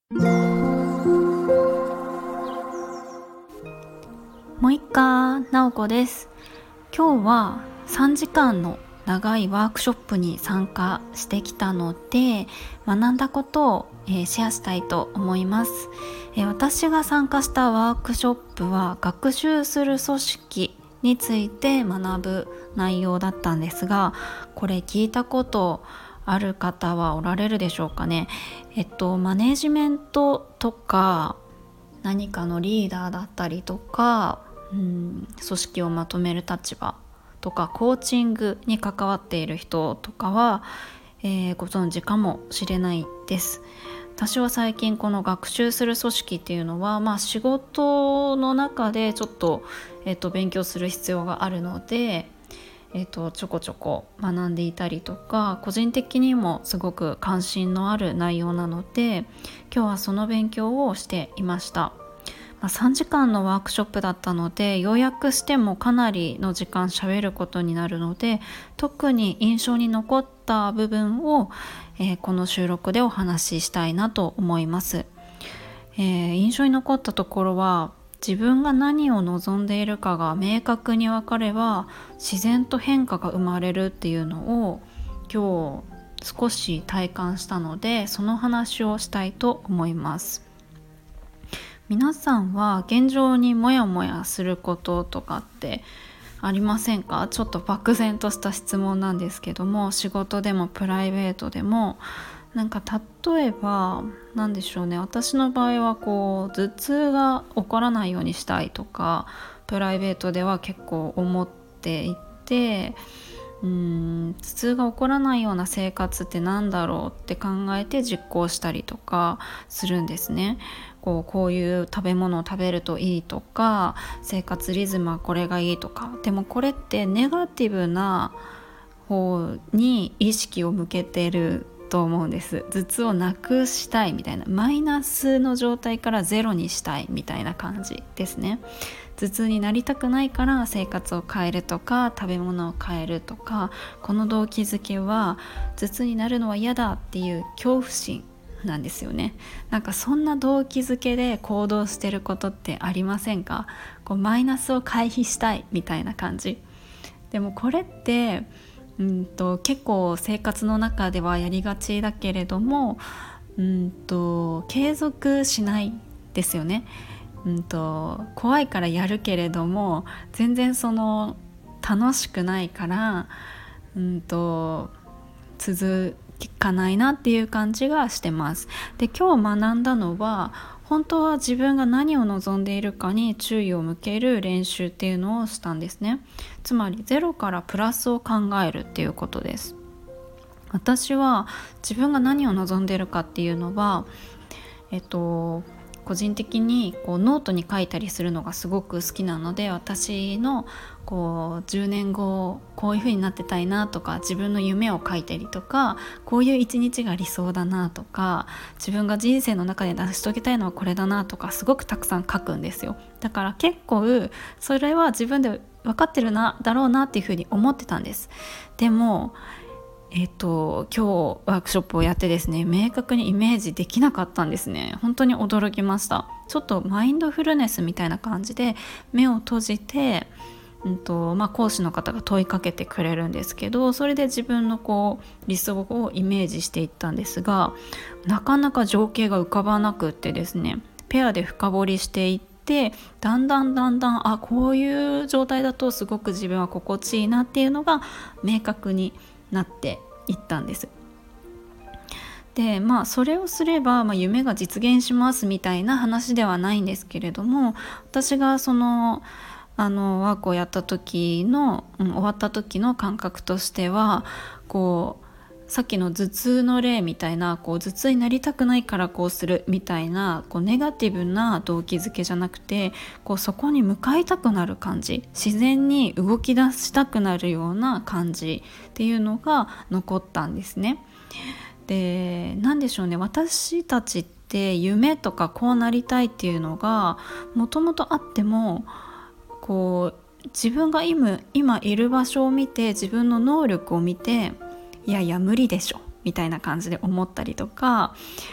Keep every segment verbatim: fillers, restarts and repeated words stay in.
もう一回なおこです。今日はさんじかんの長いワークショップに参加してきたので、学んだことを、えー、シェアしたいと思います。えー、私が参加したワークショップは学習する組織について学ぶ内容だったんですが、これ聞いたことある方はおられるでしょうかね。えっとマネジメントとか何かのリーダーだったりとか、うん、組織をまとめる立場とかコーチングに関わっている人とかは、えー、ご存知かもしれないです。私は最近この学習する組織っていうのは、まあ、仕事の中でちょっと、えーと、勉強する必要があるので、えーと、ちょこちょこ学んでいたりとか、個人的にもすごく関心のある内容なので、今日はその勉強をしていました。まあ、さんじかんのワークショップだったので、要約してもかなりの時間喋ることになるので、特に印象に残った部分を、えー、この収録でお話ししたいなと思います。えー、印象に残ったところは、自分が何を望んでいるかが明確に分かれば自然と変化が生まれるっていうのを今日少し体感したので、その話をしたいと思います。皆さんは現状にモヤモヤすることとかってありませんか？ちょっと漠然とした質問なんですけども、仕事でもプライベートでも、なんか例えば何でしょうね、私の場合はこう頭痛が起こらないようにしたいとか、プライベートでは結構思っていて、うーん頭痛が起こらないような生活ってなんだろうって考えて実行したりとかするんですね。こう、こういう食べ物を食べるといいとか、生活リズムはこれがいいとか。でもこれってネガティブな方に意識を向けてると思うんです。頭痛をなくしたいみたいな、マイナスの状態からゼロにしたいみたいな感じですね。頭痛になりたくないから生活を変えるとか、食べ物を変えるとか、この動機づけは頭痛になるのは嫌だっていう恐怖心なんですよね。なんかそんな動機づけで行動してることってありませんか？こうマイナスを回避したいみたいな感じ。でもこれってうんと結構生活の中ではやりがちだけれども、うんと継続しないですよね。うんと怖いからやるけれども全然その楽しくないから、うんと続かないなっていう感じがしてます。で、今日学んだのは、本当は自分が何を望んでいるかに注意を向ける練習っていうのをしたんですね。つまりゼロからプラスを考えるっていうことです。私は自分が何を望んでいるかっていうのは、えっと個人的にこうノートに書いたりするのがすごく好きなので、私のこうじゅうねんごこういう風になってたいなとか、自分の夢を書いたりとか、こういう一日が理想だなとか、自分が人生の中で成し遂げたいのはこれだなとか、すごくたくさん書くんですよ。だから結構それは自分で分かってるなだろうなっていう風に思ってたんです。でもえっと、今日ワークショップをやってですね、明確にイメージできなかったんですね。本当に驚きました。ちょっとマインドフルネスみたいな感じで目を閉じて、うんとまあ、講師の方が問いかけてくれるんですけど、それで自分のこう理想をイメージしていったんですが、なかなか情景が浮かばなくってですね、ペアで深掘りしていってだんだんだんだんあこういう状態だとすごく自分は心地いいなっていうのが明確になっていったんです。で、まあそれをすれば、まあ、夢が実現しますみたいな話ではないんですけれども、私がそのあのワークをやった時の、うん、終わった時の感覚としては、こうさっきの頭痛の例みたいな、こう頭痛になりたくないからこうするみたいな、こうネガティブな動機づけじゃなくて、こうそこに向かいたくなる感じ、自然に動き出したくなるような感じっていうのが残ったんですね。で、なんでしょうね、私たちって夢とかこうなりたいっていうのがもともとあっても、こう自分が今、今いる場所を見て、自分の能力を見て、いやいや無理でしょみたいな感じで思ったりとか、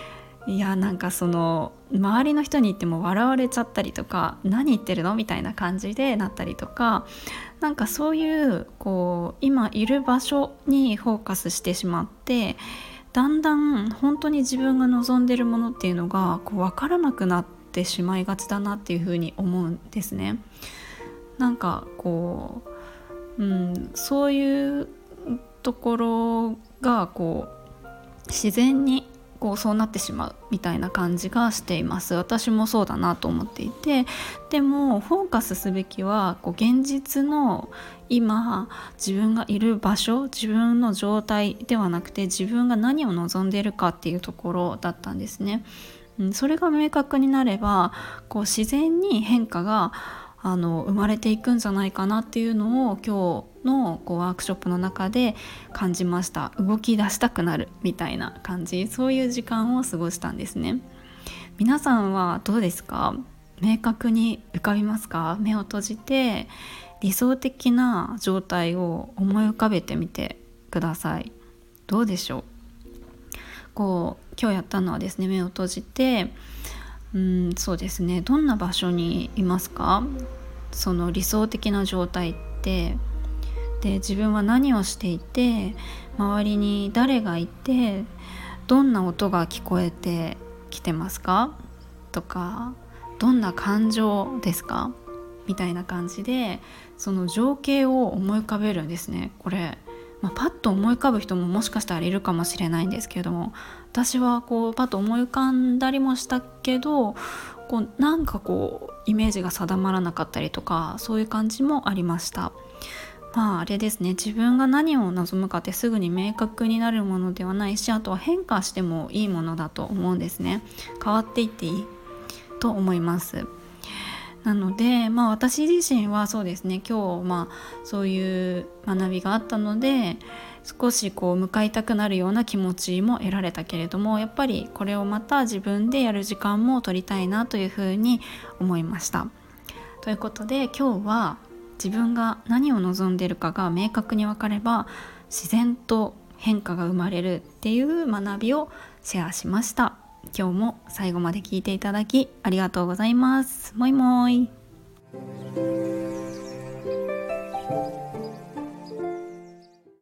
いやなんかその周りの人に言っても笑われちゃったりとか、何言ってるのみたいな感じでなったりとか、なんかそういうこう今いる場所にフォーカスしてしまって、だんだん本当に自分が望んでるものっていうのがこう分からなくなってしまいがちだなっていうふうに思うんですね。なんかこう、うん、そういうところがこう自然にこうそうなってしまうみたいな感じがしています。私もそうだなと思っていて、でもフォーカスすべきはこう現実の今自分がいる場所、自分の状態ではなくて、自分が何を望んでいるかっていうところだったんですね。うん、それが明確になればこう自然に変化があの生まれていくんじゃないかなっていうのを今日のこうワークショップの中で感じました。動き出したくなるみたいな感じ、そういう時間を過ごしたんですね。皆さんはどうですか？明確に浮かびますか？目を閉じて理想的な状態を思い浮かべてみてください。どうでしょう？こう今日やったのはですね、目を閉じて、うん、そうですね、どんな場所にいますか？その理想的な状態ってで、自分は何をしていて、周りに誰がいて、どんな音が聞こえてきてますかとか、どんな感情ですかみたいな感じで、その情景を思い浮かべるんですね。これ、まあ、パッと思い浮かぶ人ももしかしたらいるかもしれないんですけれども、私はこうパッと思い浮かんだりもしたけど、こうなんかこうイメージが定まらなかったりとか、そういう感じもありました。まああれですね、自分が何を望むかってすぐに明確になるものではないし、あとは変化してもいいものだと思うんですね。変わっていっていいと思います。なので、まあ、私自身はそうですね、今日、まあ、そういう学びがあったので少しこう向かいたくなるような気持ちも得られたけれども、やっぱりこれをまた自分でやる時間も取りたいなというふうに思いました。ということで今日は自分が何を望んでいるかが明確に分かれば自然と変化が生まれるっていう学びをシェアしました。今日も最後まで聞いていただきありがとうございます。もいもい。